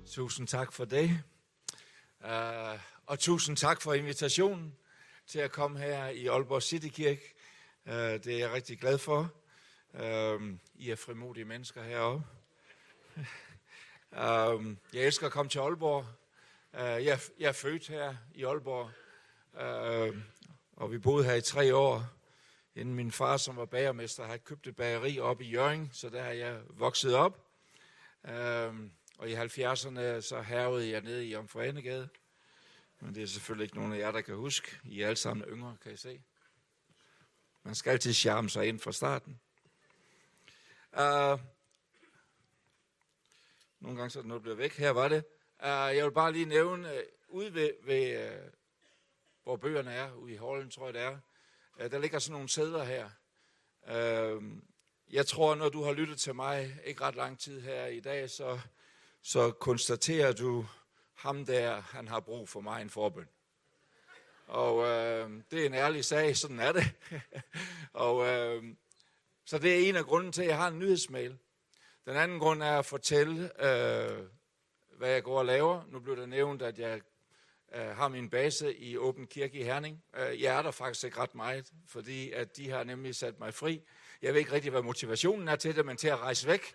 Tusind tak for det. Og tusind tak for invitationen til at komme her i Aalborg Citykirke. Det er jeg rigtig glad for. I er frimodige mennesker heroppe. Jeg elsker at komme til Aalborg. Jeg er født her i Aalborg, og vi boede her i 3 år. Inden min far, som var bagermester, havde købt et bageri oppe i Hjørring, så der har jeg vokset op. Og i 70'erne så hærgede jeg nede i Jomfru Anegade. Men det er selvfølgelig ikke nogen af jer, der kan huske. I er alle sammen yngre, kan I se. Man skal altid charme sig ind fra starten. Nogle gange så er det noget blevet væk. Her var det. Jeg vil bare lige nævne, ude ved hvor bøgerne er, ude i hallen, tror jeg det er. Der ligger sådan nogle sæder her. Jeg tror, når du har lyttet til mig ikke ret lang tid her i dag, så konstaterer du, ham der, han har brug for mig en forbøn. Og det er en ærlig sag, sådan er det. Så det er en af grunden til, at jeg har en nyhedsmail. Den anden grund er at fortælle, hvad jeg går og laver. Nu blev der nævnt, at jeg har min base i Åben Kirke i Herning. Jeg er der faktisk ikke ret meget, fordi at de har nemlig sat mig fri. Jeg ved ikke rigtig, hvad motivationen er til det, men til at rejse væk.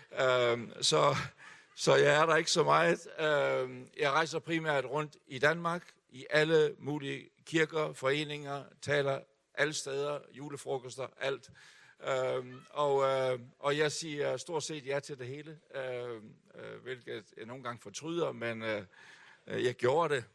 Så jeg er der ikke så meget. Jeg rejser primært rundt i Danmark, i alle mulige kirker, foreninger, taler alle steder, julefrokoster, alt. Og jeg siger stort set ja til det hele, hvilket jeg nogle gange fortryder, men jeg gjorde det.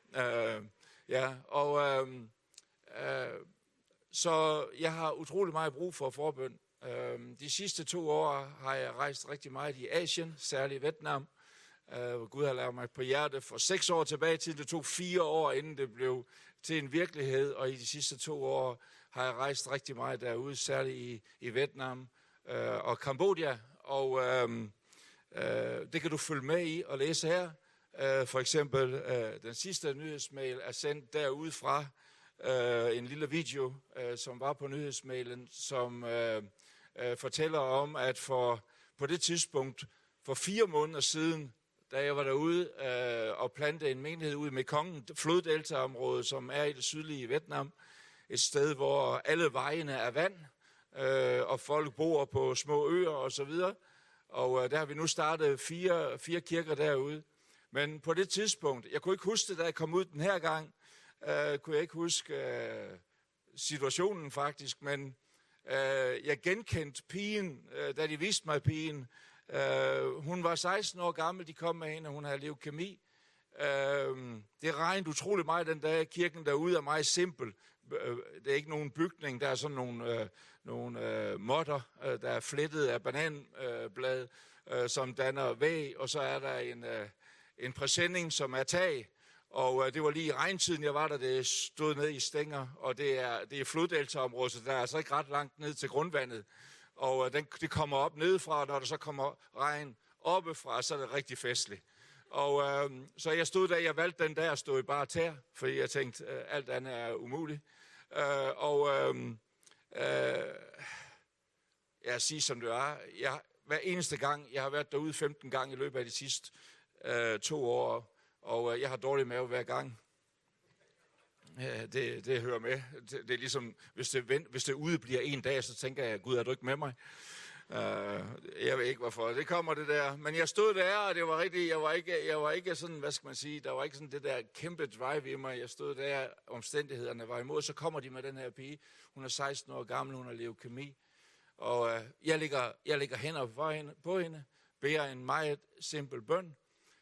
Så jeg har utrolig meget brug for forbøn. De sidste 2 år har jeg rejst rigtig meget i Asien, særligt Vietnam. Gud har lavet mig på hjerte for 6 år tilbage til. Det tog 4 år, inden det blev til en virkelighed. Og i de sidste 2 år har jeg rejst rigtig meget derude, særligt i Vietnam og Kambodja. Og det kan du følge med i og læse her. For eksempel den sidste nyhedsmail er sendt derudefra. En lille video, som var på nyhedsmailen, som fortæller om, at på det tidspunkt, for 4 måneder siden, da jeg var derude og plantede en menighed ude i Mekong, floddeltaområdet, som er i det sydlige Vietnam, et sted, hvor alle vejene er vand, og folk bor på små øer osv. Og der har vi nu startet 4 kirker derude. Men på det tidspunkt, jeg kunne ikke huske det, da jeg kom ud den her gang, kunne jeg ikke huske situationen faktisk, men jeg genkendte pigen, da de viste mig pigen. Hun var 16 år gammel, de kom med hende, og hun havde leukæmi. Det regnede utrolig meget den dag. Kirken derude er meget simpel. Det er ikke nogen bygning, der er sådan nogle måtter, der er flettet af bananblad, som danner væg, og så er der en præsending, som er tag. Og det var lige i regntiden, jeg var der, det stod ned i stænger, og det er floddeltaområdet, så der er altså ikke ret langt ned til grundvandet. Og det kommer op nedefra, og når der så kommer regn oppefra, så er det rigtig festligt. Og så jeg stod der, jeg valgte den der at stå i bare tær, fordi jeg tænkte, alt andet er umuligt. Jeg siger som det er, hver eneste gang, jeg har været derude 15 gange i løbet af de sidste 2 år, og jeg har dårlig mave hver gang. Ja, det hører med. Det er ligesom, hvis det ude bliver en dag, så tænker jeg, Gud, er du ikke med mig? Jeg ved ikke, hvorfor det kommer det der. Men jeg stod der, og det var rigtigt, jeg var ikke sådan, hvad skal man sige, der var ikke sådan det der kæmpe drive i mig. Jeg stod der, omstændighederne var imod, så kommer de med den her pige. Hun er 16 år gammel, hun har leukæmi. Og jeg lægger hænder på hende, beder en meget simpel bøn.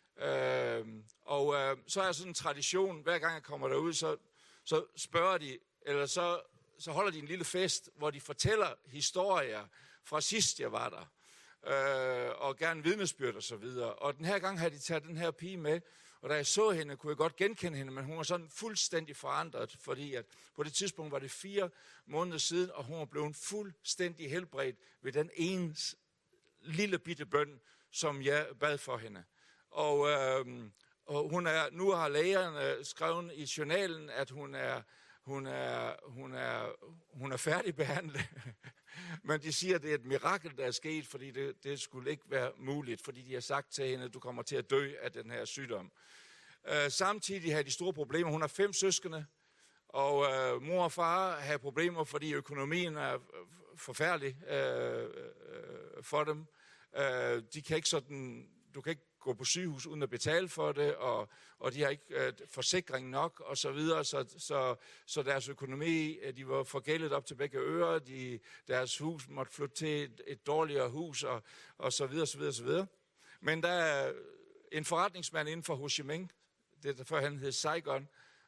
Så er sådan en tradition, hver gang jeg kommer derud, så spørger de, eller så holder de en lille fest, hvor de fortæller historier fra sidst jeg var der, og gerne vidnesbyrd og så videre. Og den her gang havde de taget den her pige med, og da jeg så hende, kunne jeg godt genkende hende, men hun var sådan fuldstændig forandret, fordi at på det tidspunkt var det 4 måneder siden, og hun var blevet fuldstændig helbredt ved den ene lille bitte bøn, som jeg bad for hende. Og nu har lægerne skrevet i journalen, at hun hun er færdigbehandlet. Men de siger, at det er et mirakel, der er sket, fordi det skulle ikke være muligt, fordi de har sagt til hende, at du kommer til at dø af den her sygdom. Samtidig har de store problemer. Hun har 5 søskende, og mor og far har problemer, fordi økonomien er forfærdelig for dem. De kan ikke sådan, du kan ikke gå på sygehus uden at betale for det, og de har ikke forsikring nok, og så videre, så deres økonomi, de var forgældet op til begge ører, deres hus måtte flytte til et dårligere hus, og så videre, så videre, så videre. Men der er en forretningsmand inden for Ho Chi Minh, det der før han hed Saigon,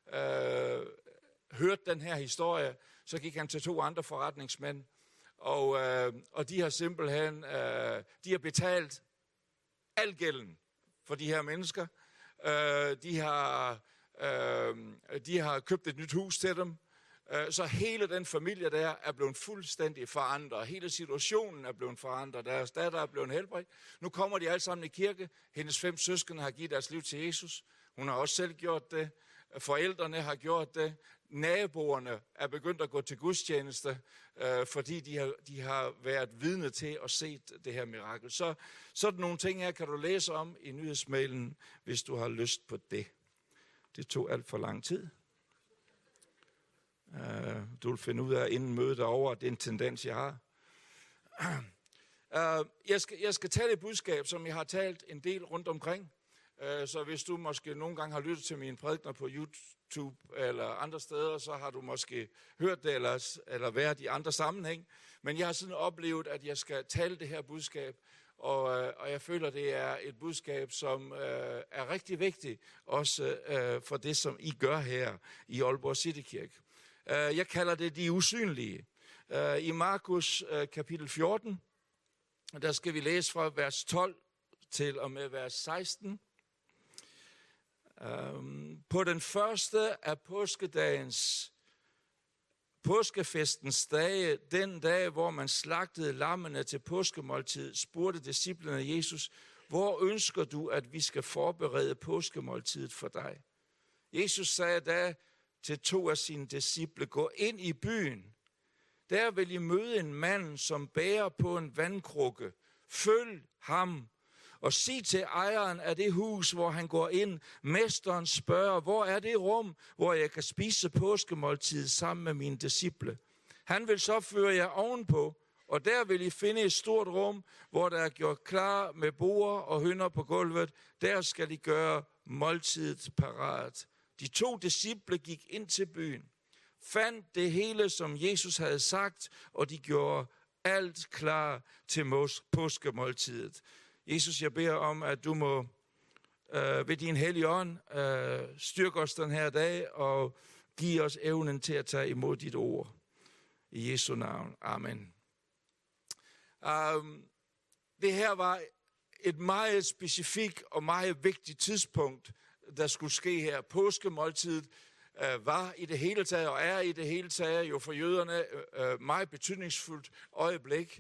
hørte den her historie, så gik han til 2 andre forretningsmænd, og de har simpelthen, de har betalt al gælden for de her mennesker. De har købt et nyt hus til dem. Så hele den familie der er blevet fuldstændig forandret. Hele situationen er blevet forandret. Deres datter er blevet helbredt. Nu kommer de alle sammen i kirke. Hendes 5 søskende har givet deres liv til Jesus. Hun har også selv gjort det. Forældrene har gjort det. Naboerne er begyndt at gå til gudstjeneste, fordi de har været vidne til at se det her mirakel. Så sådan nogle ting her kan du læse om i nyhedsmailen, hvis du har lyst på det. Det tog alt for lang tid. Du vil finde ud af inden mødet derovre, at det er en tendens, jeg har. Jeg skal tale et budskab, som jeg har talt en del rundt omkring. Så hvis du måske nogle gange har lyttet til mine prædikener på YouTube eller andre steder, så har du måske hørt det eller været i andre sammenhæng. Men jeg har sådan oplevet, at jeg skal tale det her budskab, og jeg føler, det er et budskab, som er rigtig vigtigt, også for det, som I gør her i Aalborg Citykirke. Jeg kalder det de usynlige. I Markus kapitel 14, der skal vi læse fra vers 12 til og med vers 16. På den første af påskefestens dage, den dag, hvor man slagtede lammene til påskemåltid, spurgte disciplene Jesus, hvor ønsker du, at vi skal forberede påskemåltidet for dig? Jesus sagde da til 2 af sine disciple, gå ind i byen. Der vil I møde en mand, som bærer på en vandkrukke. Følg ham og sig til ejeren af det hus, hvor han går ind. Mesteren spørger, hvor er det rum, hvor jeg kan spise påskemåltid sammen med mine disciple? Han vil så føre jer ovenpå, og der vil I finde et stort rum, hvor der er gjort klar med borde og hønder på gulvet. Der skal I gøre måltidet parat. De 2 disciple gik ind til byen, fandt det hele, som Jesus havde sagt, og de gjorde alt klar til påskemåltidet. Jesus, jeg beder om, at du må ved din hellige ånd styrke os den her dag og give os evnen til at tage imod dit ord. I Jesu navn. Amen. Det her var et meget specifikt og meget vigtigt tidspunkt, der skulle ske her. Påskemåltidet var i det hele taget og er i det hele taget jo for jøderne meget betydningsfuldt øjeblik.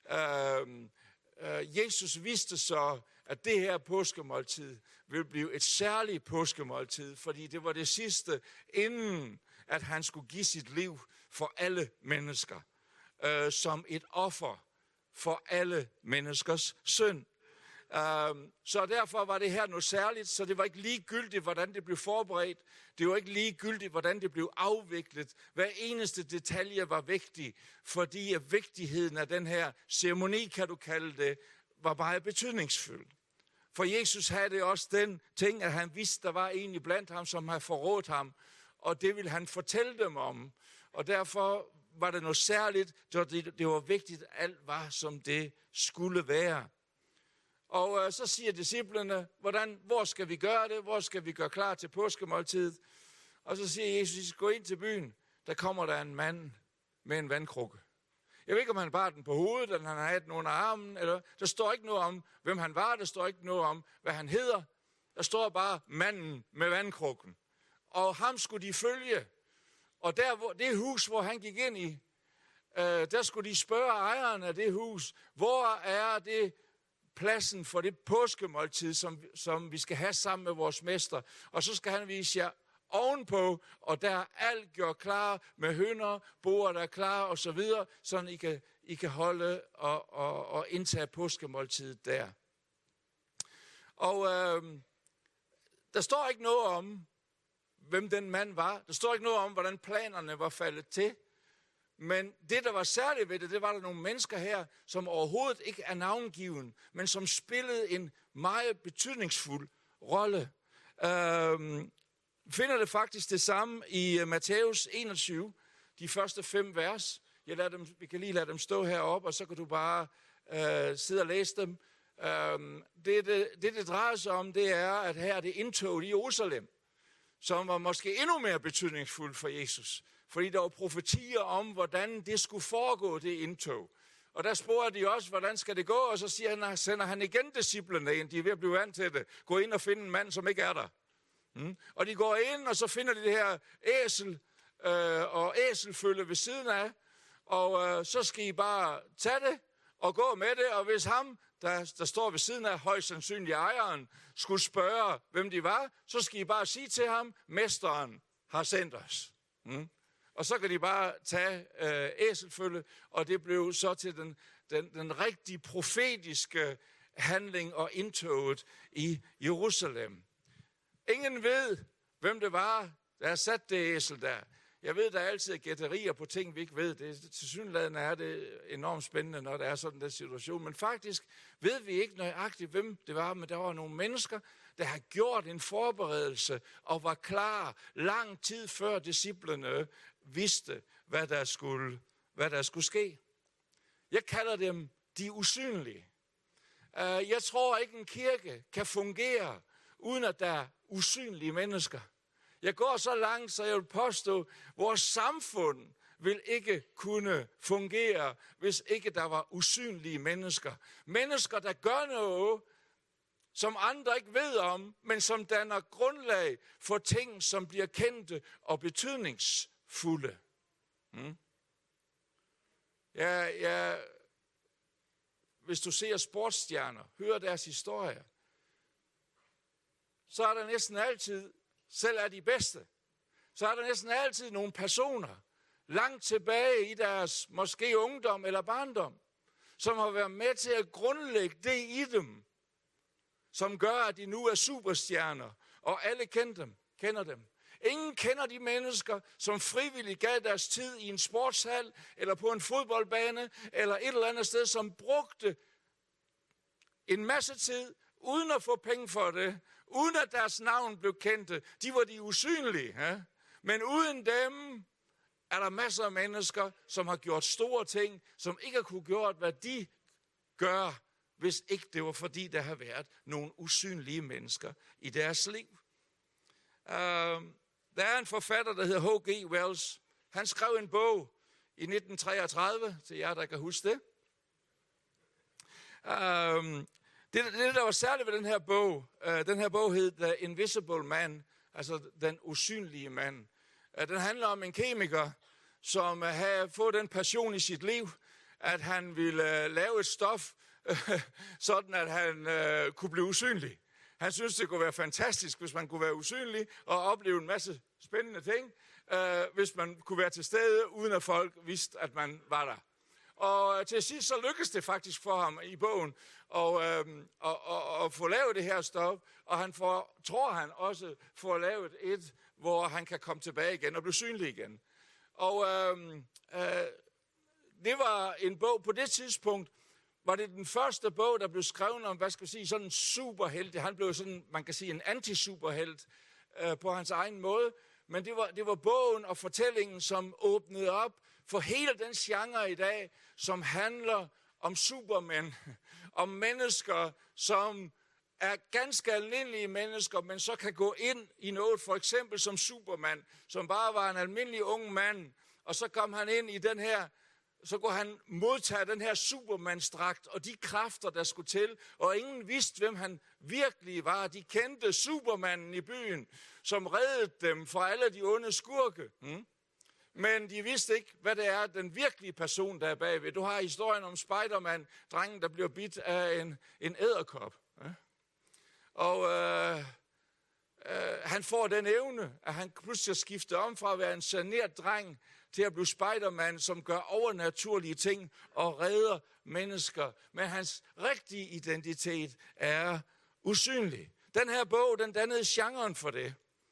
Jesus vidste så, at det her påskemåltid ville blive et særligt påskemåltid, fordi det var det sidste, inden at han skulle give sit liv for alle mennesker, som et offer for alle menneskers synd. Så derfor var det her noget særligt, så det var ikke ligegyldigt, hvordan det blev forberedt. Det var ikke ligegyldigt, hvordan det blev afviklet. Hver eneste detalje var vigtig, fordi vigtigheden af den her ceremoni, kan du kalde det, var meget betydningsfuld. For Jesus havde det også den ting, at han vidste, der var en iblandt ham, som havde forrådt ham, og det ville han fortælle dem om. Og derfor var det noget særligt, det var vigtigt, at alt var, som det skulle være. Og så siger disciplene, hvor skal vi gøre det? Hvor skal vi gøre klar til påskemåltidet? Og så siger Jesus, gå ind til byen. Der kommer der en mand med en vandkrukke. Jeg ved ikke, om han bar den på hovedet, eller han havde den under armen. Eller, der står ikke noget om, hvem han var. Der står ikke noget om, hvad han hedder. Der står bare manden med vandkrukken. Og ham skulle de følge. Og det hus, hvor han gik ind i, der skulle de spørge ejeren af det hus, hvor er det pladsen for det påskemåltid, som vi skal have sammen med vores mester. Og så skal han vise jer ovenpå, og der er alt gjort klar med hønner, bordet der er klar og så videre, så I kan holde og indtage påskemåltidet der. Og der står ikke noget om, hvem den mand var. Der står ikke noget om, hvordan planerne var faldet til. Men det, der var særligt ved det, det var der nogle mennesker her, som overhovedet ikke er navngiven, men som spillede en meget betydningsfuld rolle. Finder det faktisk det samme i Matthæus 21, de første 5 vers. Vi kan lige lade dem stå heroppe, og så kan du bare sidde og læse dem. Det drejer sig om, det er, at her er det indtog i Jerusalem, som var måske endnu mere betydningsfuldt for Jesus. Fordi der var profetier om, hvordan det skulle foregå, det indtog. Og der spurgte de også, hvordan skal det gå? Og så sender han igen disciplene ind. De er ved at blive vant til det. Gå ind og finde en mand, som ikke er der. Og de går ind, og så finder de det her æsel og æselfølge ved siden af. Og så skal I bare tage det og gå med det. Og hvis ham, der står ved siden af højst sandsynlig ejeren, skulle spørge, hvem de var, så skal I bare sige til ham, mesteren har sendt os. Og så kan de bare tage æselfølge, og det blev så til den rigtige profetiske handling og indtoget i Jerusalem. Ingen ved, hvem det var, der har sat det æsel der. Jeg ved, der er altid gætterier på ting, vi ikke ved. Tilsyneladende er det enormt spændende, når der er sådan en situation. Men faktisk ved vi ikke nøjagtigt, hvem det var, men der var nogle mennesker, der har gjort en forberedelse og var klar lang tid før disciplene vidste, hvad der skulle ske. Jeg kalder dem de usynlige. Jeg tror ikke, en kirke kan fungere, uden at der er usynlige mennesker. Jeg går så langt, så jeg vil påstå, at vores samfund vil ikke kunne fungere, hvis ikke der var usynlige mennesker. Mennesker, der gør noget, som andre ikke ved om, men som danner grundlag for ting, som bliver kendte og betydningsfulde. Hvis du ser sportsstjerner, hører deres historie, så er der næsten altid, selv er de bedste, så er der næsten altid nogle personer, langt tilbage i deres måske ungdom eller barndom, som har været med til at grundlægge det i dem, som gør, at de nu er superstjerner, og alle kender dem. Ingen kender de mennesker, som frivilligt gav deres tid i en sportshal, eller på en fodboldbane, eller et eller andet sted, som brugte en masse tid, uden at få penge for det, uden at deres navn blev kendte. De var de usynlige. Ja? Men uden dem er der masser af mennesker, som har gjort store ting, som ikke har kunne gjort, hvad de gør, hvis ikke det var fordi, der har været nogle usynlige mennesker i deres liv. Der er en forfatter, der hedder H.G. Wells. Han skrev en bog i 1933, til jer, der kan huske det. Det, der var særligt ved den her bog hed The Invisible Man, altså den usynlige mand. Den handler om en kemiker, som havde fået den passion i sit liv, at han ville lave et stof, sådan at han kunne blive usynlig. Han synes, det kunne være fantastisk, hvis man kunne være usynlig og opleve en masse spændende ting, hvis man kunne være til stede, uden at folk vidste, at man var der. Og til sidst så lykkedes det faktisk for ham i bogen at få lavet det her stof, og tror han også får lavet et, hvor han kan komme tilbage igen og blive synlig igen. Og det var en bog på det tidspunkt, var det den første bog, der blev skrevet om, sådan en superhelt. Han blev sådan, man kan sige, en anti-superhelt på hans egen måde. Men det var bogen og fortællingen, som åbnede op for hele den genre i dag, som handler om supermænd, om mennesker, som er ganske almindelige mennesker, men så kan gå ind i noget, for eksempel som Superman, som bare var en almindelig ung mand, og så kom han ind i den her, så kunne han modtage den her Superman-dragt og de kræfter, der skulle til, og ingen vidste, hvem han virkelig var. De kendte Supermanden i byen, som reddede dem fra alle de onde skurke. Men de vidste ikke, hvad det er, den virkelige person, der er bagved. Du har historien om Spider-Man, drengen, der bliver bidt af en edderkop. Og han får den evne, at han pludselig skifter om fra at være en genert dreng til at blive Spider-Man, som gør overnaturlige ting og redder mennesker. Men hans rigtige identitet er usynlig. Den her bog, den dannede genren for det.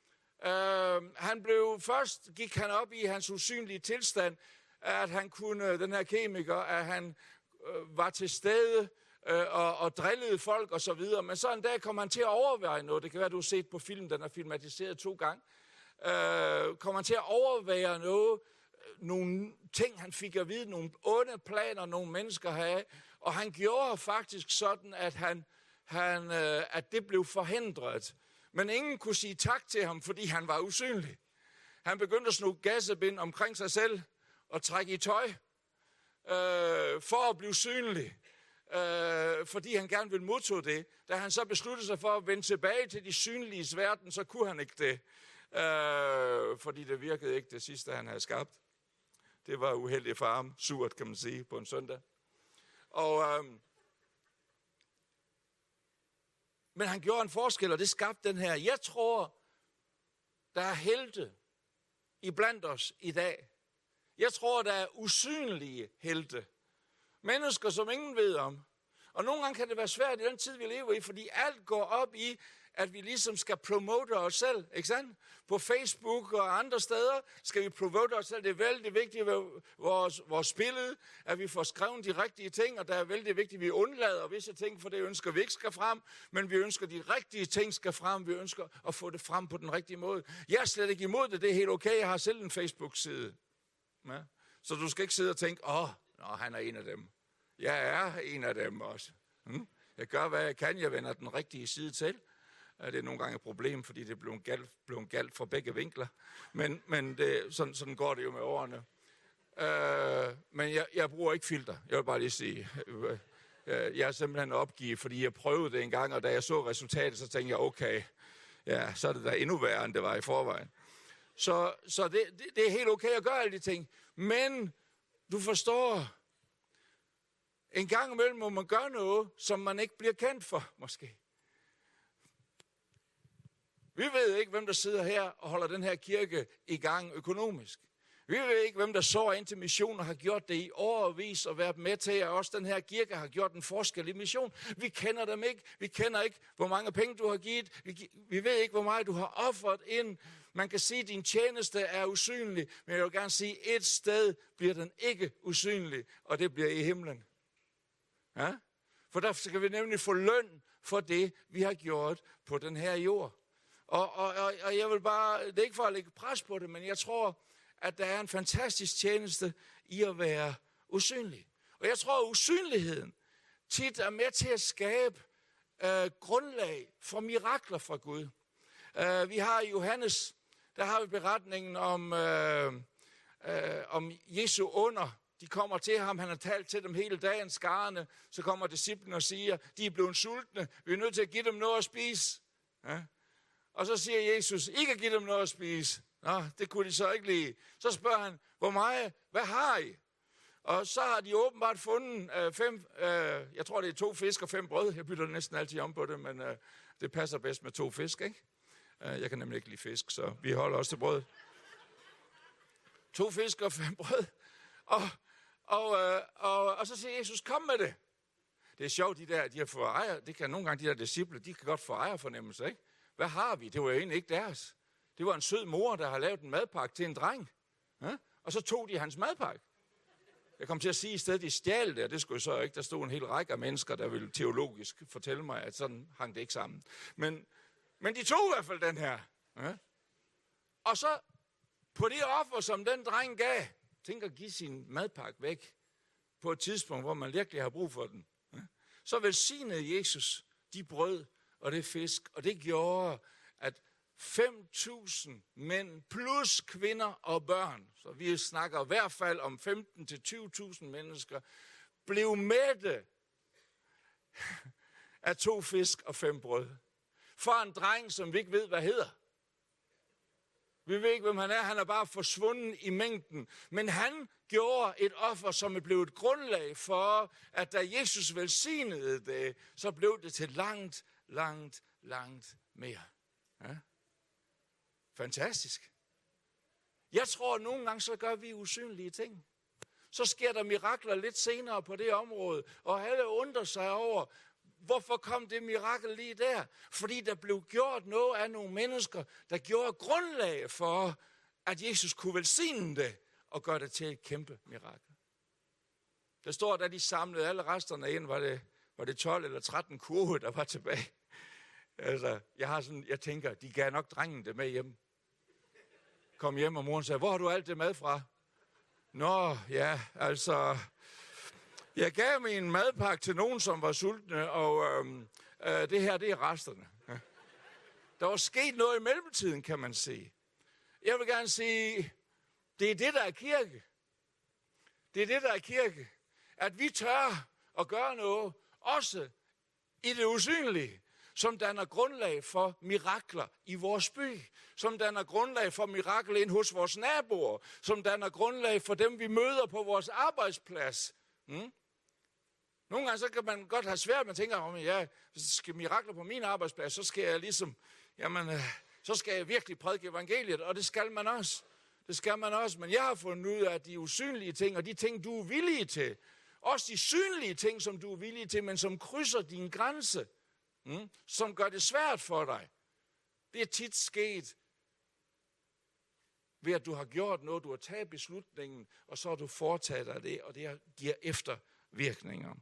Først gik han op i hans usynlige tilstand, at han kunne, den her kemiker, at han var til stede og drillede folk og så videre. Men så en dag kom han til at overveje noget. Det kan være, du har set på film, den er filmatiseret 2 gange. Kom han til at overveje noget, nogle ting, han fik at vide, nogle onde planer, nogle mennesker havde. Og han gjorde faktisk sådan, at det blev forhindret. Men ingen kunne sige tak til ham, fordi han var usynlig. Han begyndte at snuge gassebind omkring sig selv og trække i tøj for at blive synlig. Fordi han gerne ville modtage det. Da han så besluttede sig for at vende tilbage til de synliges verden, så kunne han ikke det. Fordi det virkede ikke det sidste, han havde skabt. Det var uheldigt for ham. Surt, kan man sige, på en søndag. Men han gjorde en forskel, og det skabte den her. Jeg tror, der er helte iblandt os i dag. Jeg tror, der er usynlige helte. Mennesker, som ingen ved om. Og nogle gange kan det være svært i den tid, vi lever i, fordi alt går op i, at vi ligesom skal promote os selv, ikke sandt? På Facebook og andre steder skal vi promote os selv. Det er vældig vigtigt ved vores billede, at vi får skrevet de rigtige ting, og det er vældig vigtigt, at vi undlader visse ting, for det ønsker vi ikke skal frem, men vi ønsker, at de rigtige ting skal frem. Vi ønsker at få det frem på den rigtige måde. Jeg er slet ikke imod det, det er helt okay. Jeg har selv en Facebook-side. Ja? Så du skal ikke sidde og tænke, han er en af dem. Jeg er en af dem også. Jeg gør, hvad jeg kan. Jeg vender den rigtige side til. Det er nogle gange et problem, fordi det er blevet galt fra begge vinkler. Men sådan går det jo med årene. Men jeg bruger ikke filter. Jeg vil bare lige sige. Jeg er simpelthen opgivet, fordi jeg prøvede det en gang, og da jeg så resultatet, så tænkte jeg, okay, ja, så er det da endnu værre, end det var i forvejen. Så det er helt okay at gøre alle de ting. Men du forstår, en gang imellem må man gøre noget, som man ikke bliver kendt for, måske. Vi ved ikke, hvem der sidder her og holder den her kirke i gang økonomisk. Vi ved ikke, hvem der sår ind til mission og har gjort det i årevis og været med til, at også den her kirke har gjort en forskel i mission. Vi kender dem ikke. Vi kender ikke, hvor mange penge du har givet. Vi ved ikke, hvor meget du har offret ind. Man kan sige, at din tjeneste er usynlig, men jeg vil gerne sige, at et sted bliver den ikke usynlig, og det bliver i himlen. Ja? For der skal vi nemlig få løn for det, vi har gjort på den her jord. Og jeg vil bare, det er ikke for at lægge pres på det, men jeg tror, at der er en fantastisk tjeneste i at være usynlig. Og jeg tror, at usynligheden tit er med til at skabe grundlag for mirakler fra Gud. Vi har i Johannes, der har vi beretningen om Jesu under. De kommer til ham, han har talt til dem hele dagen, skarerne. Så kommer disciplene og siger, de er blevet sultne, vi er nødt til at give dem noget at spise. Ja? Og så siger Jesus, I kan give dem noget at spise. Nå, det kunne de så ikke lide. Så spørger han, hvor meget, hvad har I? Og så har de åbenbart fundet jeg tror det er 2 fisk og 5 brød. Jeg bytter næsten altid om på det, men det passer bedst med 2 fisk, ikke? Jeg kan nemlig ikke lide fisk, så vi holder også til brød. 2 fisk og 5 brød. Og så siger Jesus, kom med det. Det er sjovt, de har fået ejer. Det kan nogle gange de der disciple, de kan godt få ejerfornemmelse, ikke? Hvad har vi? Det var jo egentlig ikke deres. Det var en sød mor, der har lavet en madpakke til en dreng. Ja? Og så tog de hans madpakke. Jeg kom til at sige i stedet, de stjal det, og det skulle så ikke. Der stod en hel række af mennesker, der ville teologisk fortælle mig, at sådan hang det ikke sammen. Men de tog i hvert fald den her. Ja? Og så på det offer, som den dreng gav, tænker at give sin madpakke væk på et tidspunkt, hvor man virkelig har brug for den. Ja? Så velsignede Jesus de brød og det fisk, og det gjorde, at 5.000 mænd plus kvinder og børn, så vi snakker i hvert fald om 15.000-20.000 mennesker, blev mætte af 2 fisk og 5 brød. For en dreng, som vi ikke ved, hvad hedder. Vi ved ikke, hvem han er. Han er bare forsvundet i mængden. Men han gjorde et offer, som blev et grundlag for, at da Jesus velsignede det, så blev det til langt mere. Ja? Fantastisk. Jeg tror, at nogle gange så gør vi usynlige ting. Så sker der mirakler lidt senere på det område, og alle undrer sig over, hvorfor kom det mirakel lige der? Fordi der blev gjort noget af nogle mennesker, der gjorde grundlag for, at Jesus kunne velsigne det og gøre det til et kæmpe mirakel. Der står, da de samlede alle resterne ind, var det 12 eller 13 kurve, der var tilbage. Altså, jeg tænker, de gav nok drengen det med hjem. Kom hjem, og moren sagde, hvor har du alt det mad fra? Nå, ja, altså, jeg gav min madpakke til nogen, som var sultne, og det her, det er resterne. Ja. Der var sket noget i mellemtiden, kan man sige. Jeg vil gerne sige, det er det, der er kirke. Det er det, der er kirke. At vi tør at gøre noget, også i det usynlige, som danner grundlag for mirakler i vores by, som danner grundlag for mirakler ind hos vores naboer, som danner grundlag for dem, vi møder på vores arbejdsplads. Nogle gange så kan man godt have svært, man tænker, hvis jeg skal mirakler på min arbejdsplads, så skal jeg så skal jeg virkelig prædike evangeliet, og det skal man også. Det skal man også, men jeg har fundet ud af, at de usynlige ting, og de ting, du er villige til, også de synlige ting, som du er villige til, men som krydser din grænse, som gør det svært for dig. Det er tit sket ved, at du har gjort noget, du har taget beslutningen, og så har du foretaget dig det, og det giver eftervirkninger.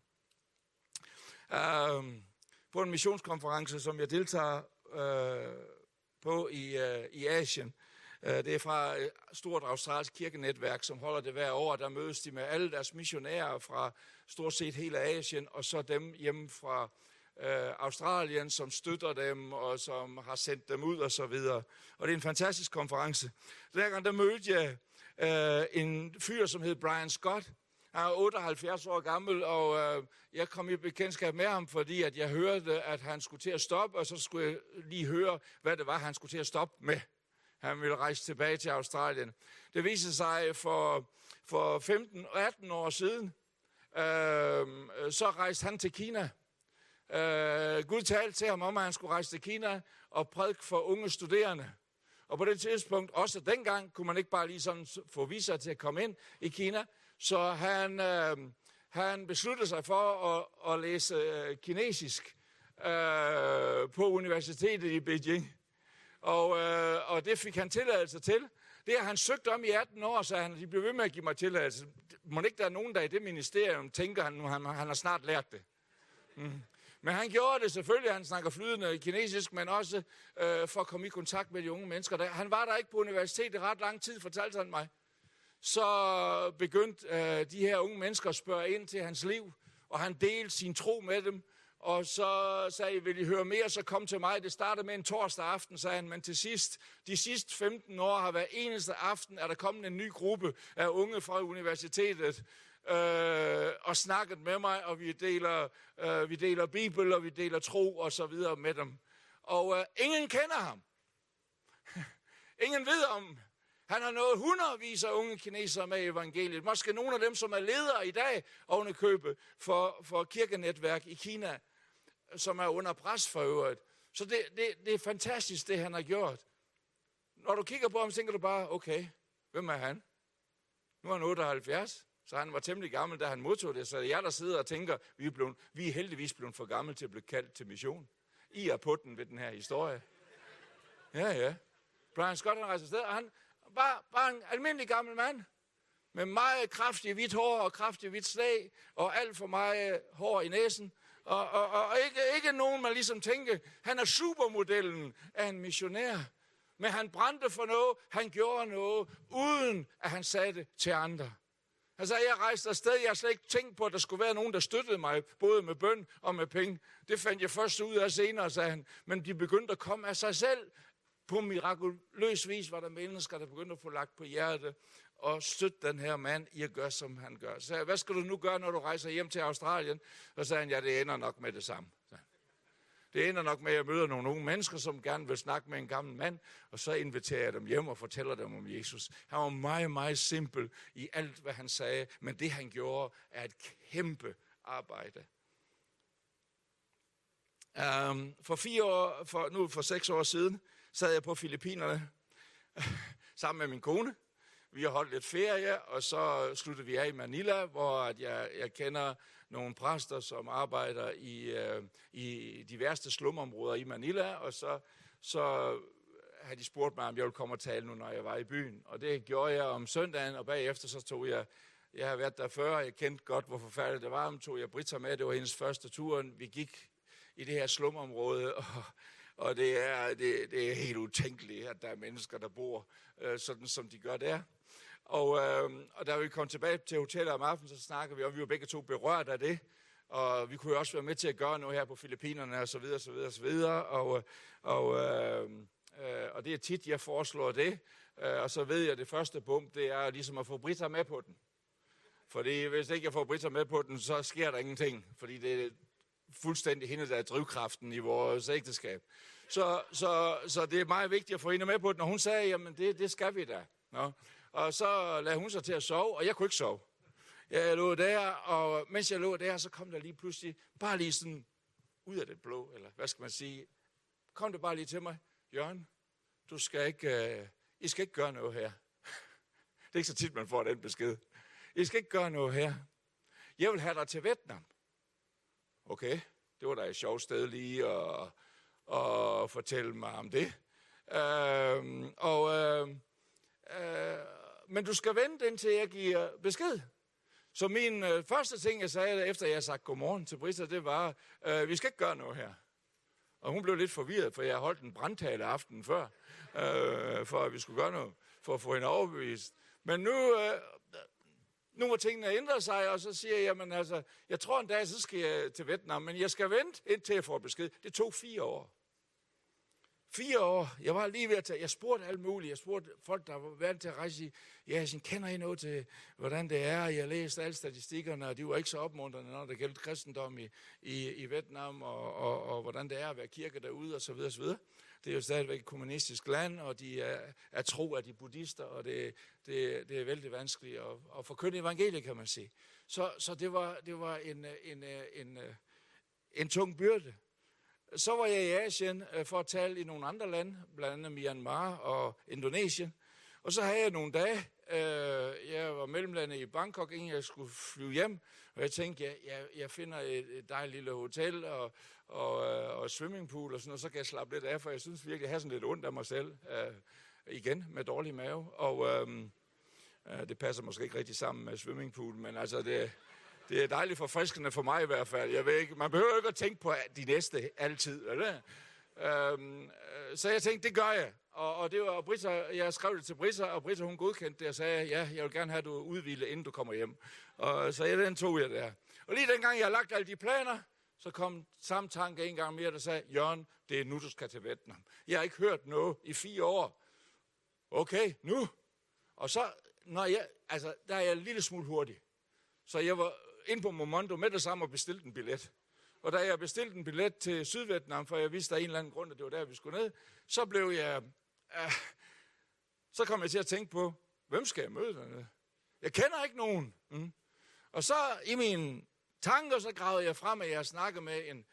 På en missionskonference, som jeg deltager på i Asien, det er fra et stort australsk kirkenetværk, som holder det hver år. Der mødes de med alle deres missionærer fra stort set hele Asien, og så dem hjemme fra Australien, som støtter dem, og som har sendt dem ud, og så videre. Og det er en fantastisk konference. Den gang, der mødte jeg en fyr, som hed Brian Scott. Han er 78 år gammel, og jeg kom i bekendtskab med ham, fordi at jeg hørte, at han skulle til at stoppe, og så skulle jeg lige høre, hvad det var, han skulle til at stoppe med. Han ville rejse tilbage til Australien. Det viste sig for 15-18 år siden, så rejste han til Kina. Gud talte til ham om, at han skulle rejse til Kina og prædike for unge studerende. Og på det tidspunkt, også dengang, kunne man ikke bare lige sådan få visa til at komme ind i Kina. Så han besluttede sig for at læse kinesisk på universitetet i Beijing. Og det fik han tilladelse til. Det har han søgt om i 18 år, så de blev ved med at give mig tilladelse. Må ikke der er nogen, der i det ministerium tænker, han har snart lært det. Men han gjorde det selvfølgelig. Han snakker flydende kinesisk, men også for at komme i kontakt med de unge mennesker. Han var der ikke på universitetet i ret lang tid, fortalte han mig. Så begyndte de her unge mennesker at spørge ind til hans liv, og han delte sin tro med dem. Og så sagde jeg, vil I høre mere, så kom til mig. Det startede med en torsdag aften, sagde han, men til sidst, de sidste 15 år har hver eneste aften, er der kommet en ny gruppe af unge fra universitetet, og snakket med mig, og vi deler Bibel, og vi deler tro, og så videre med dem. Og ingen kender ham. Ingen ved om. Han har nået hundredvis af unge kinesere med i evangeliet. Måske nogle af dem, som er ledere i dag, ovenikøbet for kirkenetværk i Kina, som er under pres for øvrigt. Så det er fantastisk, det han har gjort. Når du kigger på ham, tænker du bare, okay, hvem er han? Nu er han 78, så han var temmelig gammel, da han modtog det. Så jeg der sidder og tænker, vi er heldigvis blevet for gamle til at blive kaldt til mission. I er på den ved den her historie. Ja. Brian Scott, han rejser afsted, og han bare en almindelig gammel mand, med meget kraftigt hvidt hår og kraftigt hvidt slag, og alt for meget hår i næsen, og ikke nogen, man ligesom tænker, han er supermodellen af en missionær, men han brændte for noget, han gjorde noget, uden at han sagde det til andre. Han sagde, jeg rejste afsted, jeg har slet ikke tænkt på, at der skulle være nogen, der støttede mig, både med bøn og med penge. Det fandt jeg først ud af senere, sagde han, men de begyndte at komme af sig selv. På mirakuløs vis var der mennesker, der begyndte at få lagt på hjertet og støtte den her mand i at gøre, som han gør. Så sagde jeg, hvad skal du nu gøre, når du rejser hjem til Australien? Og så sagde han, ja, det ender nok med det samme. Det ender nok med, at jeg møder nogle unge mennesker, som gerne vil snakke med en gammel mand, og så inviterer jeg dem hjem og fortæller dem om Jesus. Han var meget, meget simpel i alt, hvad han sagde, men det, han gjorde, er et kæmpe arbejde. For 6 år siden sad jeg på Filippinerne sammen med min kone. Vi har holdt lidt ferie, og så sluttede vi af i Manila, hvor at jeg kender nogle præster, som arbejder i de værste slumområder i Manila, og så havde de spurgt mig, om jeg ville komme og tale nu, når jeg var i byen. Og det gjorde jeg om søndagen, og bagefter så tog jeg har været der før, jeg kendte godt, hvor forfærdeligt det var, men tog jeg Britta med, det var hendes første tur. Vi gik i det her slumområde, og det er helt utænkeligt, at der er mennesker, der bor sådan, som de gør der. Og da vi kom tilbage til hotellet om aftenen, så snakkede vi om, vi var begge to berørt af det. Og vi kunne jo også være med til at gøre noget her på Filippinerne, og så videre, så videre, så videre. Og det er tit, jeg foreslår det. Og så ved jeg, at det første bump, det er ligesom at få Britta med på den. Fordi hvis ikke jeg får Britta med på den, så sker der ingenting. Fordi det er fuldstændig hende, der er drivkraften i vores ægteskab. Så det er meget vigtigt at få hende med på den. Og hun sagde, jamen det skal vi da. Nå. Og så lagde hun sig til at sove, og jeg kunne ikke sove. Jeg lå der, og mens jeg lå der, så kom der lige pludselig, bare lige sådan ud af det blå, eller hvad skal man sige, kom det bare lige til mig, Jørgen, I skal ikke gøre noget her. Det er ikke så tit, man får den besked. I skal ikke gøre noget her. Jeg vil have dig til Vietnam. Okay, det var da et sjovt sted lige at fortælle mig om det. Men du skal vente, indtil jeg giver besked. Så min første ting, jeg sagde, efter jeg havde sagt godmorgen til Britta, det var, vi skal ikke gøre noget her. Og hun blev lidt forvirret, for jeg holdt en brandtale aftenen før, for at vi skulle gøre noget, for at få hende overbevist. Men nu må tingene ændre sig, og så siger jeg, jamen altså, jeg tror en dag, så skal jeg til Vietnam, men jeg skal vente, indtil jeg får besked. Det tog 4 år. 4 år. Jeg var lige ved at tage, jeg spurgte alt muligt. Jeg spurgte folk, der var vant til at rejse jeg kender I noget til, hvordan det er? Jeg læste alle statistikkerne, og de var ikke så opmuntrende, når der gældte kristendom i Vietnam, og hvordan det er at være kirke derude, og så videre, så videre. Det er jo stadigvæk et kommunistisk land, og de er tro af de buddhister, og det er vældig vanskeligt at forkynde evangeliet, kan man sige. Så det var en tung byrde. Så var jeg i Asien for at tale i nogle andre lande, blandt andet Myanmar og Indonesien. Og så havde jeg nogle dage, jeg var mellemlandet i Bangkok, inden jeg skulle flyve hjem. Og jeg tænkte, jeg finder et dejligt lille hotel og swimmingpool og sådan noget, så kan jeg slappe lidt af, for jeg synes virkelig, jeg har sådan lidt ondt af mig selv. Igen med dårlig mave. Og det passer måske ikke rigtig sammen med swimmingpool, men altså det er dejligt forfriskende for mig i hvert fald. Jeg ved ikke, man behøver ikke at tænke på de næste altid, eller? Så jeg tænkte, det gør jeg. Og det var Britta, jeg skrev det til Britta, og Britta hun godkendte det og sagde, ja, jeg vil gerne have, at du udhviler, inden du kommer hjem. Og så den tog jeg der. Og lige dengang jeg har lagt alle de planer, så kom samme tanke en gang mere, der sagde, Jørgen, det er nu, du skal til Vietnam. Jeg har ikke hørt noget i 4 år. Okay, nu. Og så, der er jeg en lille smule hurtig. Så jeg var ind på Momondo med det samme og bestilte en billet. Og da jeg bestilte en billet til Sydvietnam, for jeg vidste af en eller anden grund, at det var der, vi skulle ned, så kom jeg til at tænke på, hvem skal jeg møde dernede? Jeg kender ikke nogen. Og så i mine tanker, så gravede jeg frem, at jeg snakkede med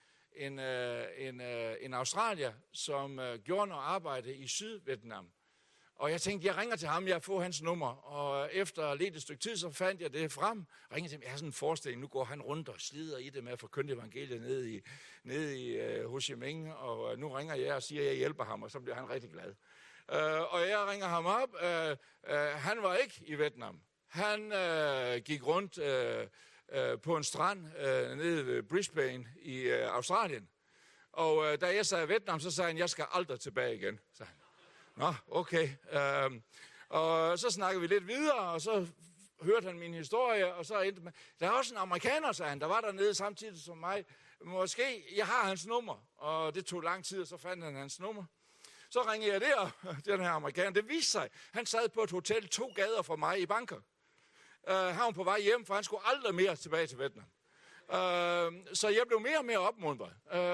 en australier, som gjorde noget arbejde i Sydvietnam. Og jeg tænkte, jeg ringer til ham, jeg får hans nummer. Og efter lidt et stykke tid, så fandt jeg det frem. Ringede til ham, jeg har sådan en forestilling, nu går han rundt og slider i det med at forkynde evangeliet nede i Ho Chi Minh. Og nu ringer jeg og siger, at jeg hjælper ham, og så bliver han rigtig glad. Og jeg ringer ham op. Han var ikke i Vietnam. Han gik rundt på en strand nede ved Brisbane i Australien. Og da jeg sagde Vietnam, så sagde han, jeg skal aldrig tilbage igen, sagde han. Nå, okay. Og så snakkede vi lidt videre, og så hørte han min historie, og så endte man. Der er også en amerikaner, sagde han, der var dernede samtidig som mig. Måske, jeg har hans nummer, og det tog lang tid, og så fandt han hans nummer. Så ringede jeg der, den her amerikaner. Det viste sig, han sad på et hotel 2 gader fra mig i Bangkok. Han var på vej hjem, for han skulle aldrig mere tilbage til Vietnam. Så jeg blev mere og mere opmuntret.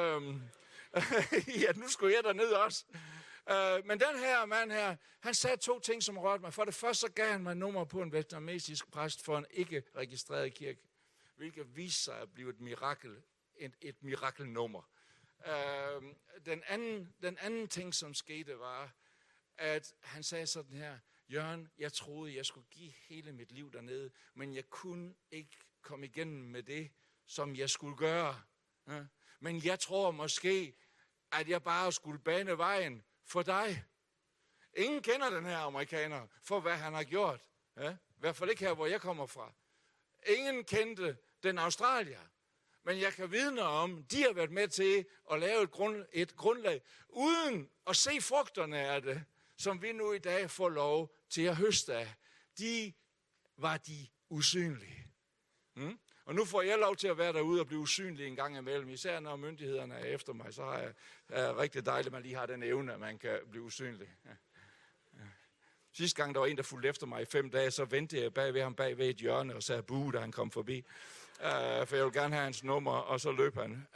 Ja, nu skulle jeg derned også. Men den her mand her, han sagde 2 ting, som rørte mig. For det første, så gav han mig nummer på en vietnamesisk præst for en ikke-registreret kirke, hvilket viste sig at blive et mirakelnummer. Den anden ting, som skete, var, at han sagde sådan her: Jørgen, jeg troede, jeg skulle give hele mit liv dernede, men jeg kunne ikke komme igennem med det, som jeg skulle gøre. Ja? Men jeg tror måske, at jeg bare skulle bane vejen for dig. Ingen kender den her amerikaner for, hvad han har gjort. Ja? I hvert fald ikke her, hvor jeg kommer fra. Ingen kendte den australier. Men jeg kan vidne om, de har været med til at lave et grundlag, uden at se frugterne af det, som vi nu i dag får lov til at høste af. De var de usynlige. Og nu får jeg lov til at være derude og blive usynlig en gang imellem. Især når myndighederne er efter mig, så er jeg rigtig dejligt, at man lige har den evne, at man kan blive usynlig. Ja. Sidste gang, der var en, der fulgte efter mig i 5 dage, så ventede jeg bag ved et hjørne og sagde buh, da han kom forbi. For jeg vil gerne have hans nummer, og så løb han.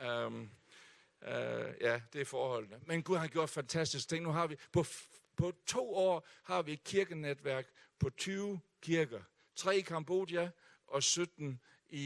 Ja, det er forholdene. Men Gud har gjort fantastiske ting. Nu har vi på 2 år har vi et kirkenetværk på 20 kirker. 3 i Kambodja og 17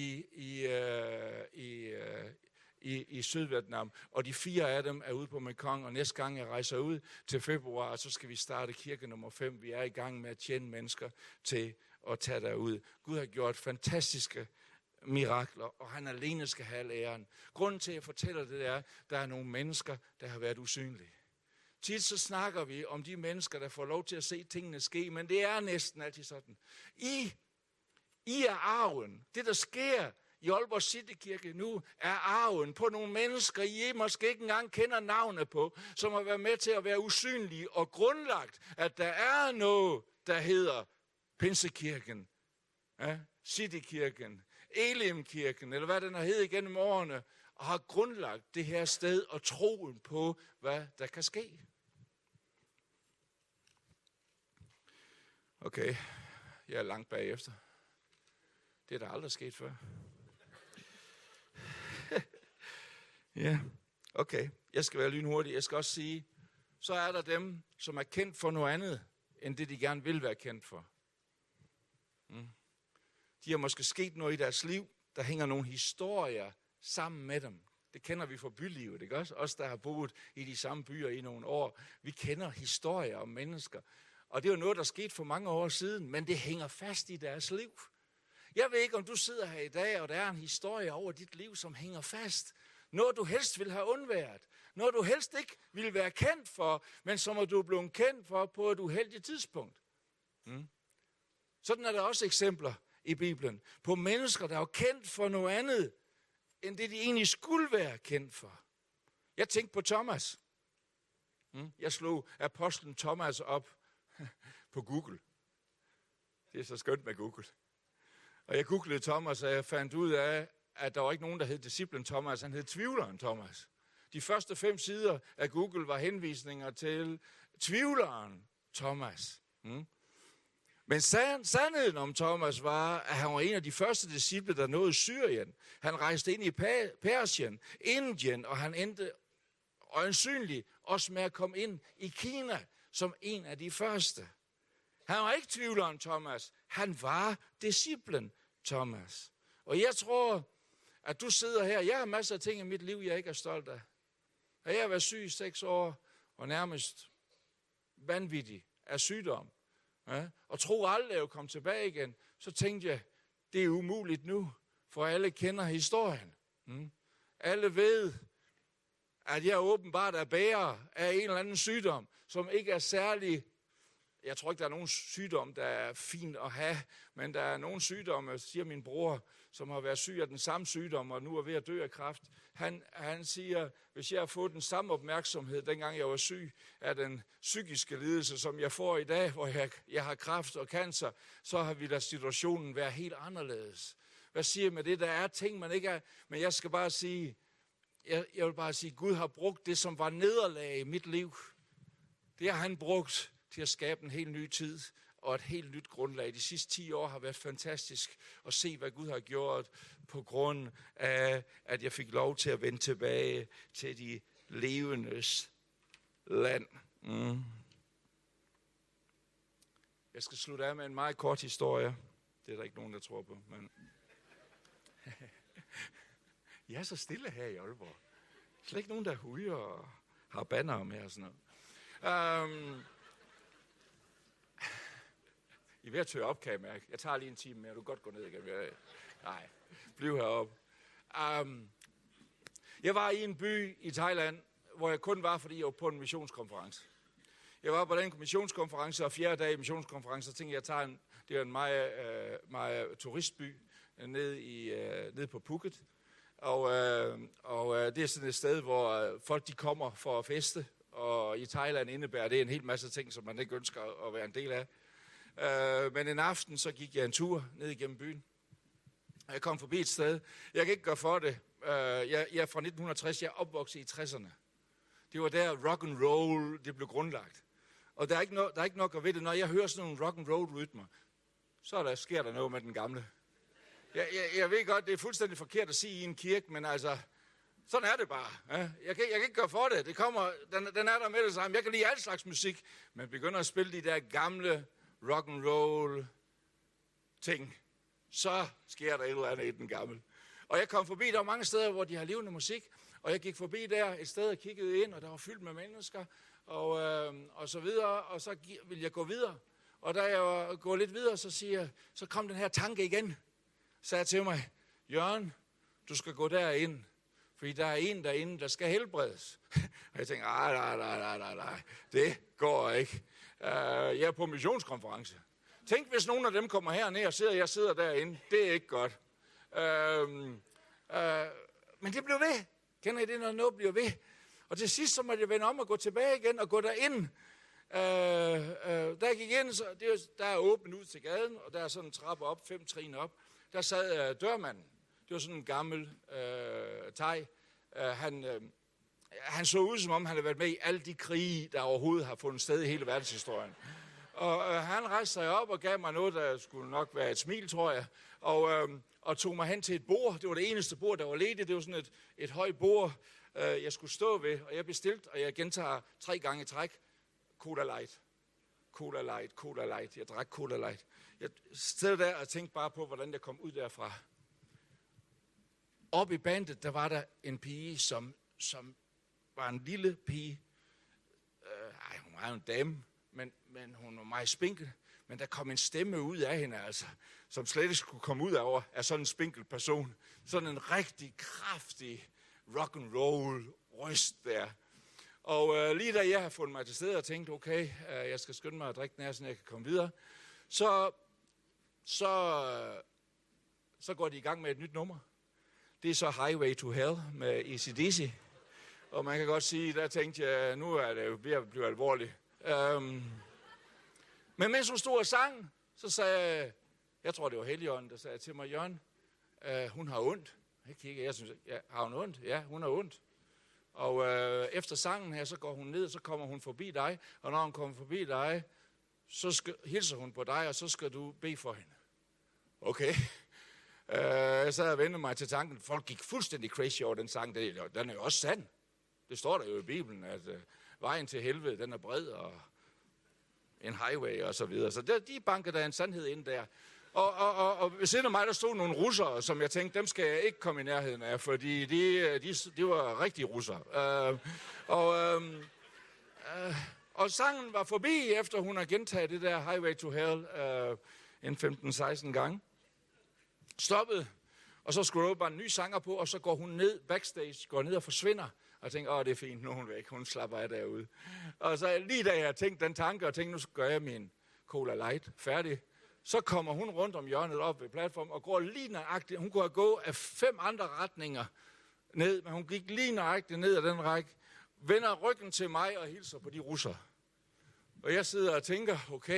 i Sydvietnam. Og de 4 af dem er ude på Mekong, og næste gang jeg rejser ud til februar, så skal vi starte kirke nummer 5. Vi er i gang med at tjene mennesker til at tage derud. Gud har gjort fantastiske mirakler, og han alene skal have æren. Grunden til, at jeg fortæller det er, at der er nogle mennesker, der har været usynlige. Tit så snakker vi om de mennesker, der får lov til at se tingene ske, men det er næsten altid sådan. I er arven. Det, der sker i Aalborg Citykirke nu, er arven på nogle mennesker, I måske ikke engang kender navnet på, som har været med til at være usynlige og grundlagt, at der er noget, der hedder Pinsekirken, ja, Citykirken, Elimkirken, eller hvad den har heddet igennem årene, og har grundlagt det her sted og troen på, hvad der kan ske. Okay, jeg er langt bagefter. Det er der aldrig sket før. Ja, okay. Jeg skal være lynhurtig. Jeg skal også sige, så er der dem, som er kendt for noget andet, end det de gerne vil være kendt for. De har måske sket noget i deres liv, der hænger nogle historier sammen med dem. Det kender vi fra bylivet, ikke også? Os, der har boet i de samme byer i nogle år. Vi kender historier om mennesker. Og det er jo noget, der skete for mange år siden, men det hænger fast i deres liv. Jeg ved ikke, om du sidder her i dag, og der er en historie over dit liv, som hænger fast. Noget, du helst vil have undværet. Noget, du helst ikke ville være kendt for, men som du er blevet kendt for på et uheldigt tidspunkt. Sådan er der også eksempler i Bibelen på mennesker, der er kendt for noget andet, end det de egentlig skulle være kendt for. Jeg tænkte på Thomas. Jeg slog apostlen Thomas op på Google. Det er så skønt med Google. Og jeg googlede Thomas, og jeg fandt ud af, at der var ikke nogen, der hed disciplen Thomas. Han hed tvivleren Thomas. De første 5 sider af Google var henvisninger til tvivleren Thomas. Men sandheden om Thomas var, at han var en af de første disciple, der nåede Syrien. Han rejste ind i Persien, Indien, og han endte øjensynligt også med at komme ind i Kina som en af de første. Han var ikke tvivleren Thomas, han var disciplen Thomas. Og jeg tror, at du sidder her, jeg har masser af ting i mit liv, jeg ikke er stolt af. Jeg har været syg i 6 år, og nærmest vanvittig af sygdom. Ja, og tro aldrig at komme tilbage igen, så tænkte jeg, det er umuligt nu, for alle kender historien. Alle ved, at jeg åbenbart er bærer af en eller anden sygdom, som ikke er særlig. Jeg tror ikke, der er nogen sygdom, der er fin at have, men der er nogle sygdomme, siger min bror, som har været syg af den samme sygdom, og nu er ved at dø af kræft. Han siger, hvis jeg har fået den samme opmærksomhed, dengang jeg var syg af den psykiske lidelse, som jeg får i dag, hvor jeg har kræft og cancer, så har vi ladet situationen være helt anderledes. Hvad siger jeg med det? Der er ting, man ikke er, men jeg skal bare sige, jeg vil bare sige, Gud har brugt det, som var nederlag i mit liv. Det har han brugt til at skabe en helt ny tid og et helt nyt grundlag. De sidste 10 år har været fantastisk at se, hvad Gud har gjort på grund af, at jeg fik lov til at vende tilbage til de levendes land. Jeg skal slutte af med en meget kort historie. Det er der ikke nogen, der tror på. Men jeg er så stille her i Aalborg. Slet ikke nogen, der hujer og har banner med og sådan noget. ved at tørre op, kan jeg mærke. Jeg tager lige en time mere, du kan godt gå ned igen. Nej, bliv heroppe. Jeg var i en by i Thailand, hvor jeg kun var, fordi jeg var på en missionskonference. Jeg var på den missionskonference, og 4. dag i missionskonference, så tænkte jeg, det er en meget turistby nede på Phuket. Og det er sådan et sted, hvor folk de kommer for at feste, og i Thailand indebærer det en hel masse ting, som man ikke ønsker at være en del af. Men en aften, så gik jeg en tur ned igennem byen. Jeg kom forbi et sted. Jeg kan ikke gøre for det. Jeg er fra 1960, jeg er opvokset i 60'erne. Det var der rock and roll det blev grundlagt. Og der er ikke nok at ved det. Når jeg hører sådan nogle rock and roll rytmer, så sker der noget med den gamle. Jeg ved godt, det er fuldstændig forkert at sige i en kirke, men altså, sådan er det bare. Ja? Jeg kan ikke gøre for det. Den er der med det samme. Jeg kan lide al slags musik, men begynder at spille de der gamle rock and roll ting, så sker der et eller andet i den gamle. Og jeg kom forbi, der var mange steder, hvor de har levende musik, og jeg gik forbi der et sted og kiggede ind, og der var fyldt med mennesker, og så videre, og så ville jeg gå videre. Og da jeg går lidt videre, så kom den her tanke igen. Sagde til mig, Jørgen, du skal gå derind, fordi der er en derinde, der skal helbredes. Og jeg tænkte, nej, det går ikke. Jeg er på missionskonference. Tænk, hvis nogen af dem kommer herned og jeg sidder derinde. Det er ikke godt. Men det blev ved. Kender I det, når noget bliver ved? Og til sidst, så måtte jeg vende om og gå tilbage igen og gå derind. Da jeg gik ind, så der er åbent ud til gaden, og der er sådan en trappe op, 5 trin op. Der sad dørmanden. Det var sådan en gammel thai. Han så ud, som om han havde været med i alle de krige, der overhovedet har fundet sted i hele verdenshistorien. Og han rejste sig op og gav mig noget, der skulle nok være et smil, tror jeg. Og tog mig hen til et bord. Det var det eneste bord, der var ledigt. Det var sådan et højt bord, jeg skulle stå ved. Og jeg bestilte, og jeg gentager 3 gange i træk. Cola Light. Cola Light, Cola Light. Jeg drak Cola Light. Jeg stod der og tænkte bare på, hvordan jeg kom ud derfra. Oppe i bandet, der var der en pige, som var en lille pige. Hun var jo en dame, men hun var meget spinkel. Men der kom en stemme ud af hende, altså, som slet ikke skulle komme ud af sådan en spinkel person. Sådan en rigtig kraftig rock and roll røst der. Og lige da jeg har fundet mig til stedet og tænkt, okay, jeg skal skynde mig at drikke den her, så jeg kan komme videre, så går de i gang med et nyt nummer. Det er så Highway to Hell med AC/DC. Og man kan godt sige, der tænkte jeg, nu er det jo ved at blive alvorligt. Men mens hun stod og sang, så sagde jeg tror det var Helligånden, der sagde til mig, Jørgen, hun har ondt. Jeg kigger, jeg synes, ja, har hun ondt? Ja, hun har ondt. Og efter sangen her, så går hun ned, og så kommer hun forbi dig. Og når hun kommer forbi dig, så hilser hun på dig, og så skal du bede for hende. Okay. Jeg sad og vendte mig til tanken. Folk gik fuldstændig crazy over den sang. Den er jo også sand. Det står der jo i Bibelen, at vejen til helvede, den er bred, og en highway og så videre. Så de bankede der en sandhed ind der. Og ved siden af mig, der stod nogle russere, som jeg tænkte, dem skal jeg ikke komme i nærheden af, fordi de var rigtige russere. Og sangen var forbi, efter hun har gentaget det der Highway to Hell en 15-16 gange. Stoppede, og så skulle der bare en ny sanger på, og så går hun ned backstage, går ned og forsvinder. Og jeg tænkte, det er fint, nu er hun væk, hun slapper af derude. Og så lige da jeg tænkte den tanke, og tænkte, nu gør jeg min Cola Light færdig, så kommer hun rundt om hjørnet op ved platformen, og går lige nøjagtigt. Hun kunne have gået af 5 andre retninger ned, men hun gik lige nøjagtigt ned ad den række, vender ryggen til mig og hilser på de russere. Og jeg sidder og tænker, okay,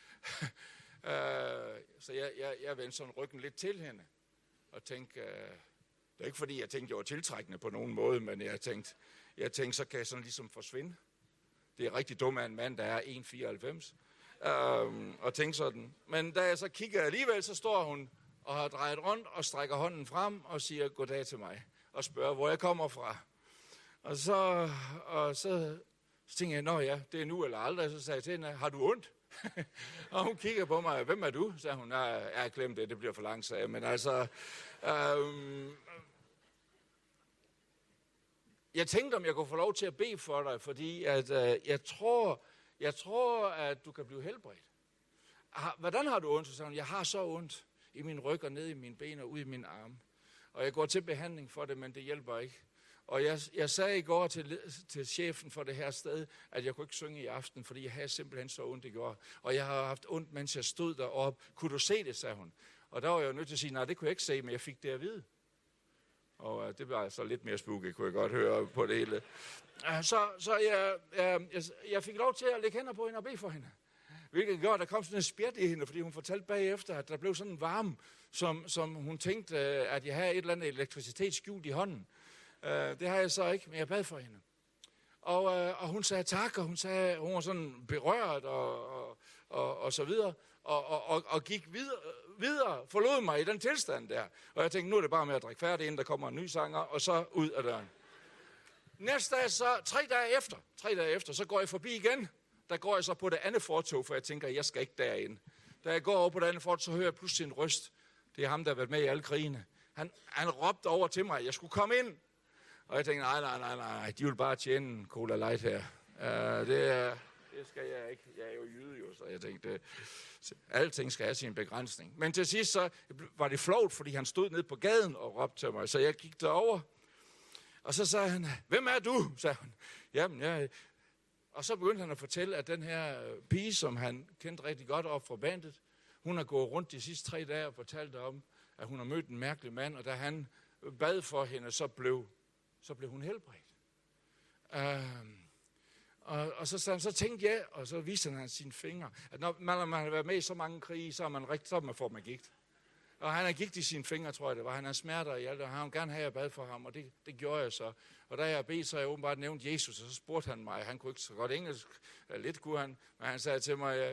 så jeg vendte sådan ryggen lidt til hende, og tænkte, det er ikke fordi, jeg tænkte, jeg var tiltrækkende på nogen måde, men jeg tænkte, så kan jeg sådan ligesom forsvinde. Det er rigtig dumt af en mand, der er 1,94. Og tænkte sådan. Men da jeg så kigger alligevel, så står hun og har drejet rundt og strækker hånden frem og siger goddag til mig. Og spørger, hvor jeg kommer fra. Og så tænkte jeg, nå ja, det er nu eller aldrig. Så sagde jeg til hende, har du ondt? Og hun kigger på mig, hvem er du? Så sagde hun, jeg har glemt det bliver for langt, sagde jeg. Men altså, jeg tænkte, om jeg kunne få lov til at bede for dig, fordi at, jeg tror, at du kan blive helbredt. Hvordan har du ondt? Så sagde hun, jeg har så ondt i min ryg og ned i mine ben og ud i mine arme. Og jeg går til behandling for det, men det hjælper ikke. Og jeg sagde i går til chefen for det her sted, at jeg kunne ikke synge i aften, fordi jeg havde simpelthen så ondt i går. Og jeg har haft ondt, mens jeg stod deroppe. Kunne du se det, sagde hun. Og der var jeg jo nødt til at sige, nej, det kunne jeg ikke se, men jeg fik det at vide. Og det var så lidt mere spooky, kunne jeg godt høre på det hele. Så jeg fik lov til at lægge hænder på hende og bede for hende. Hvilket gjorde, at der kom sådan en spjæt i hende, fordi hun fortalte bagefter, at der blev sådan en varme, som hun tænkte, at jeg havde et eller andet elektricitet skjult i hånden. Det har jeg så ikke, men jeg bad for hende. Og hun sagde tak, og hun var sådan berørt og så videre, og gik videre, forlod mig i den tilstand der. Og jeg tænkte, nu er det bare med at drikke færdig, inden der kommer en ny sanger, og så ud af døren. Næste dag, så 3 dage efter, så går jeg forbi igen. Der går jeg så på det andet fortog, for jeg tænker, jeg skal ikke derind. Da jeg går over på det andet fortog, så hører jeg pludselig en røst. Det er ham, der har været med i alle krigene. Han råbte over til mig, at jeg skulle komme ind. Og jeg tænkte, nej, de vil bare tjene en Cola Light her. Det skal jeg ikke. Jeg er jo jyde jo, så jeg tænkte, alting skal have sin begrænsning. Men til sidst så var det flovt, fordi han stod nede på gaden og råbte til mig. Så jeg gik derover. Og så sagde han, hvem er du? Sagde hun. Jamen, jeg... Og så begyndte han at fortælle, at den her pige, som han kendte rigtig godt op fra bandet, hun har gået rundt de sidste 3 dage og fortalt om, at hun har mødt en mærkelig mand, og da han bad for hende, så blev hun helbredt. Og så tænkte jeg, og så viste han sine fingre, at når man har været med i så mange krige, så får man gigt. Og han har gigt i sine fingre, tror jeg det var. Han har smerter i alt, og han gerne have, at jeg bad for ham, og det gjorde jeg så. Og da jeg bad, så jeg åbenbart nævnt Jesus, og så spurgte han mig, han kunne ikke så godt engelsk, lidt kunne han, men han sagde til mig,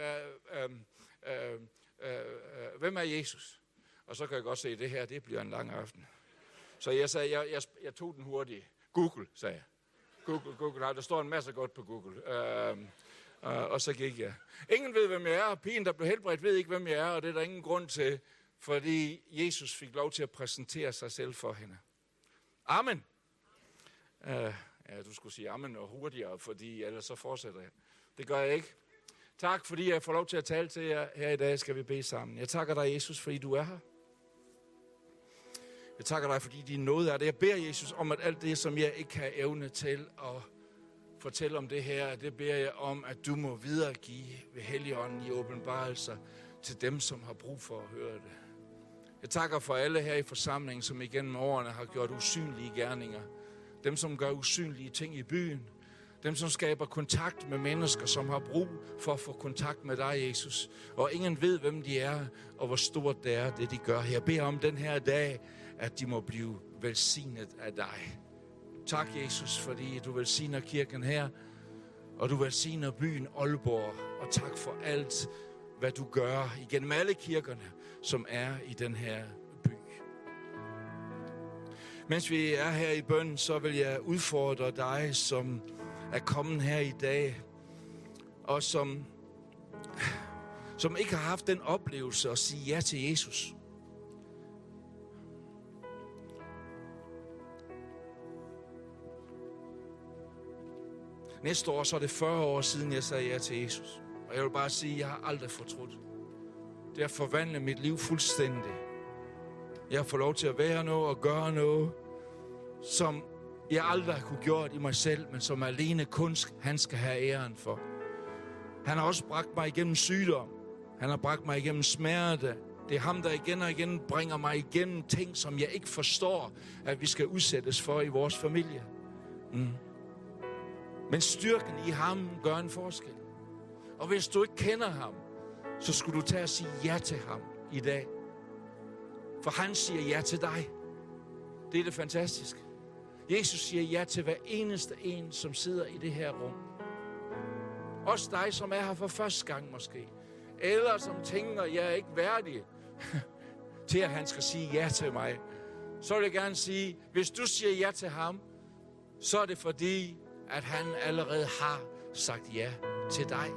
hvem er Jesus? Og så kan jeg godt se, at det her, det bliver en lang aften. Så jeg sagde, jeg tog den hurtigt. Google, sagde jeg. Google, der står en masse godt på Google. Og så gik jeg. Ingen ved, hvem jeg er. Pigen, der blev helbredt, ved ikke, hvem jeg er, og det er der ingen grund til, fordi Jesus fik lov til at præsentere sig selv for hende. Amen. Du skulle sige amen og hurtigere, fordi ellers så fortsætter jeg. Det gør jeg ikke. Tak, fordi jeg får lov til at tale til jer her i dag, skal vi bede sammen. Jeg takker dig, Jesus, fordi du er her. Jeg takker dig, fordi din nåde er det. Jeg beder, Jesus, om, at alt det, som jeg ikke har evne til at fortælle om det her, det beder jeg om, at du må videregive ved Helligånden i åbenbarelser til dem, som har brug for at høre det. Jeg takker for alle her i forsamlingen, som igennem årene har gjort usynlige gerninger. Dem, som gør usynlige ting i byen. Dem, som skaber kontakt med mennesker, som har brug for at få kontakt med dig, Jesus. Og ingen ved, hvem de er, og hvor stort det er, det de gør. Jeg beder om den her dag, at de må blive velsignet af dig. Tak, Jesus, fordi du velsigner kirken her, og du velsigner byen Aalborg. Og tak for alt, hvad du gør igennem alle kirkerne, som er i den her by. Mens vi er her i bøn, så vil jeg udfordre dig, som er kommet her i dag, og som ikke har haft den oplevelse at sige ja til Jesus. Næste år, så er det 40 år siden, jeg sagde ja til Jesus. Og jeg vil bare sige, at jeg har aldrig fortrudt. Det har forvandlet mit liv fuldstændig. Jeg har fået lov til at være noget og gøre noget, som jeg aldrig har kunne gjort i mig selv, men som alene kun han skal have æren for. Han har også bragt mig igennem sygdom. Han har bragt mig igennem smerte. Det er ham, der igen og igen bringer mig igennem ting, som jeg ikke forstår, at vi skal udsættes for i vores familie. Men styrken i ham gør en forskel. Og hvis du ikke kender ham, så skulle du tage og sige ja til ham i dag. For han siger ja til dig. Det er det fantastiske. Jesus siger ja til hver eneste en, som sidder i det her rum. Også dig, som er her for første gang måske. Eller som tænker, jeg er ikke værdig til, at han skal sige ja til mig. Så vil jeg gerne sige, hvis du siger ja til ham, så er det fordi, at han allerede har sagt ja til dig.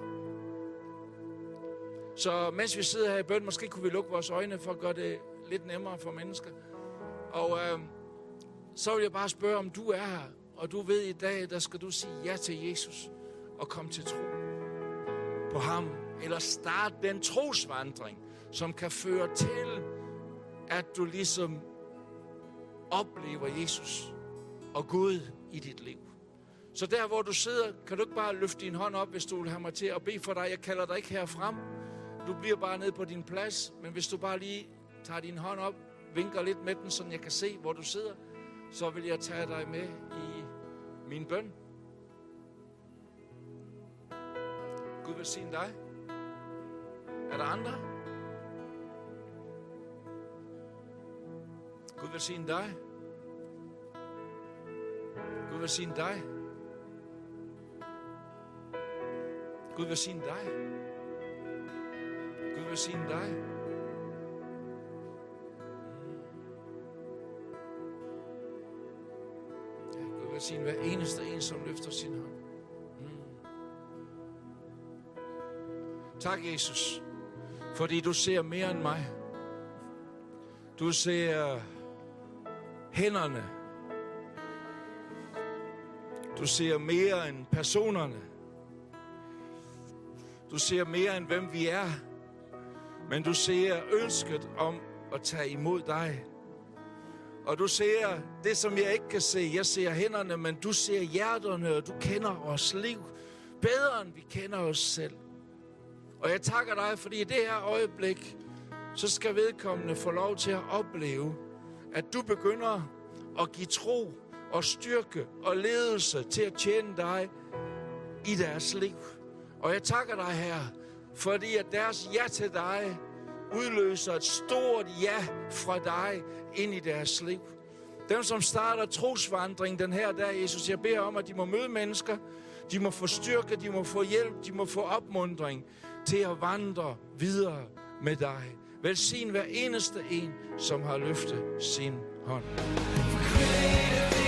Så mens vi sidder her i bøn, måske kunne vi lukke vores øjne for at gøre det lidt nemmere for mennesker. Og så vil jeg bare spørge, om du er her, og du ved i dag, der skal du sige ja til Jesus og komme til tro på ham, eller starte den trosvandring, som kan føre til, at du ligesom oplever Jesus og Gud i dit liv. Så der, hvor du sidder, kan du ikke bare løfte din hånd op, hvis du vil have mig til at bede for dig. Jeg kalder dig ikke herfrem. Du bliver bare nede på din plads. Men hvis du bare lige tager din hånd op, vinker lidt med den, så jeg kan se, hvor du sidder, så vil jeg tage dig med i min bøn. Gud velsigne dig. Er der andre? Gud velsigne dig. Gud velsigne dig. Gud velsigne dig. Gud velsigne dig. Ja, Gud velsigne hver eneste en, som løfter sin hånd. Tak, Jesus, fordi du ser mere end mig. Du ser hænderne. Du ser mere end personerne. Du ser mere end hvem vi er. Men du ser ønsket om at tage imod dig. Og du ser det, som jeg ikke kan se. Jeg ser hænderne, men du ser hjerterne, og du kender vores liv bedre, end vi kender os selv. Og jeg takker dig, fordi i det her øjeblik, så skal vedkommende få lov til at opleve, at du begynder at give tro og styrke og ledelse til at tjene dig i deres liv. Og jeg takker dig, Herre, fordi at deres ja til dig udløser et stort ja fra dig ind i deres liv. Dem, som starter trosvandring den her dag, Jesus, jeg beder om, at de må møde mennesker, de må få styrke, de må få hjælp, de må få opmuntring til at vandre videre med dig. Velsign hver eneste en, som har løftet sin hånd.